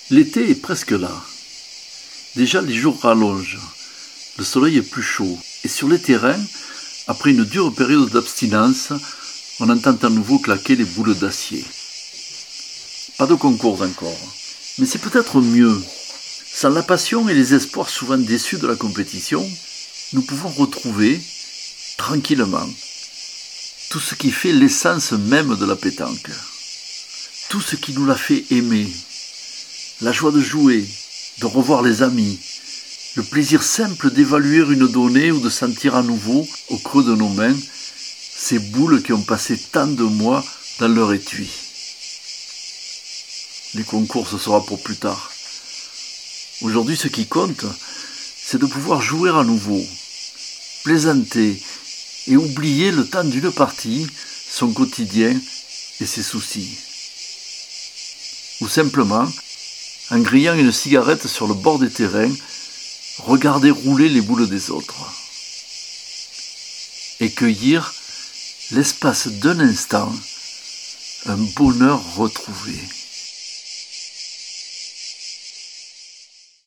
L'été est presque là. Déjà les jours rallongent, le soleil est plus chaud. Et sur les terrains, après une dure période d'abstinence, on entend à nouveau claquer les boules d'acier. Pas de concours encore, mais c'est peut-être mieux. Sans la passion et les espoirs souvent déçus de la compétition, nous pouvons retrouver, tranquillement, tout ce qui fait l'essence même de la pétanque. Tout ce qui nous l'a fait aimer. La joie de jouer, de revoir les amis, le plaisir simple d'évaluer une donnée ou de sentir à nouveau, au creux de nos mains, ces boules qui ont passé tant de mois dans leur étui. Les concours, ce sera pour plus tard. Aujourd'hui, ce qui compte, c'est de pouvoir jouer à nouveau, plaisanter et oublier le temps d'une partie, son quotidien et ses soucis. Ou simplement, en grillant une cigarette sur le bord des terrains, regarder rouler les boules des autres. Et cueillir, l'espace d'un instant, un bonheur retrouvé.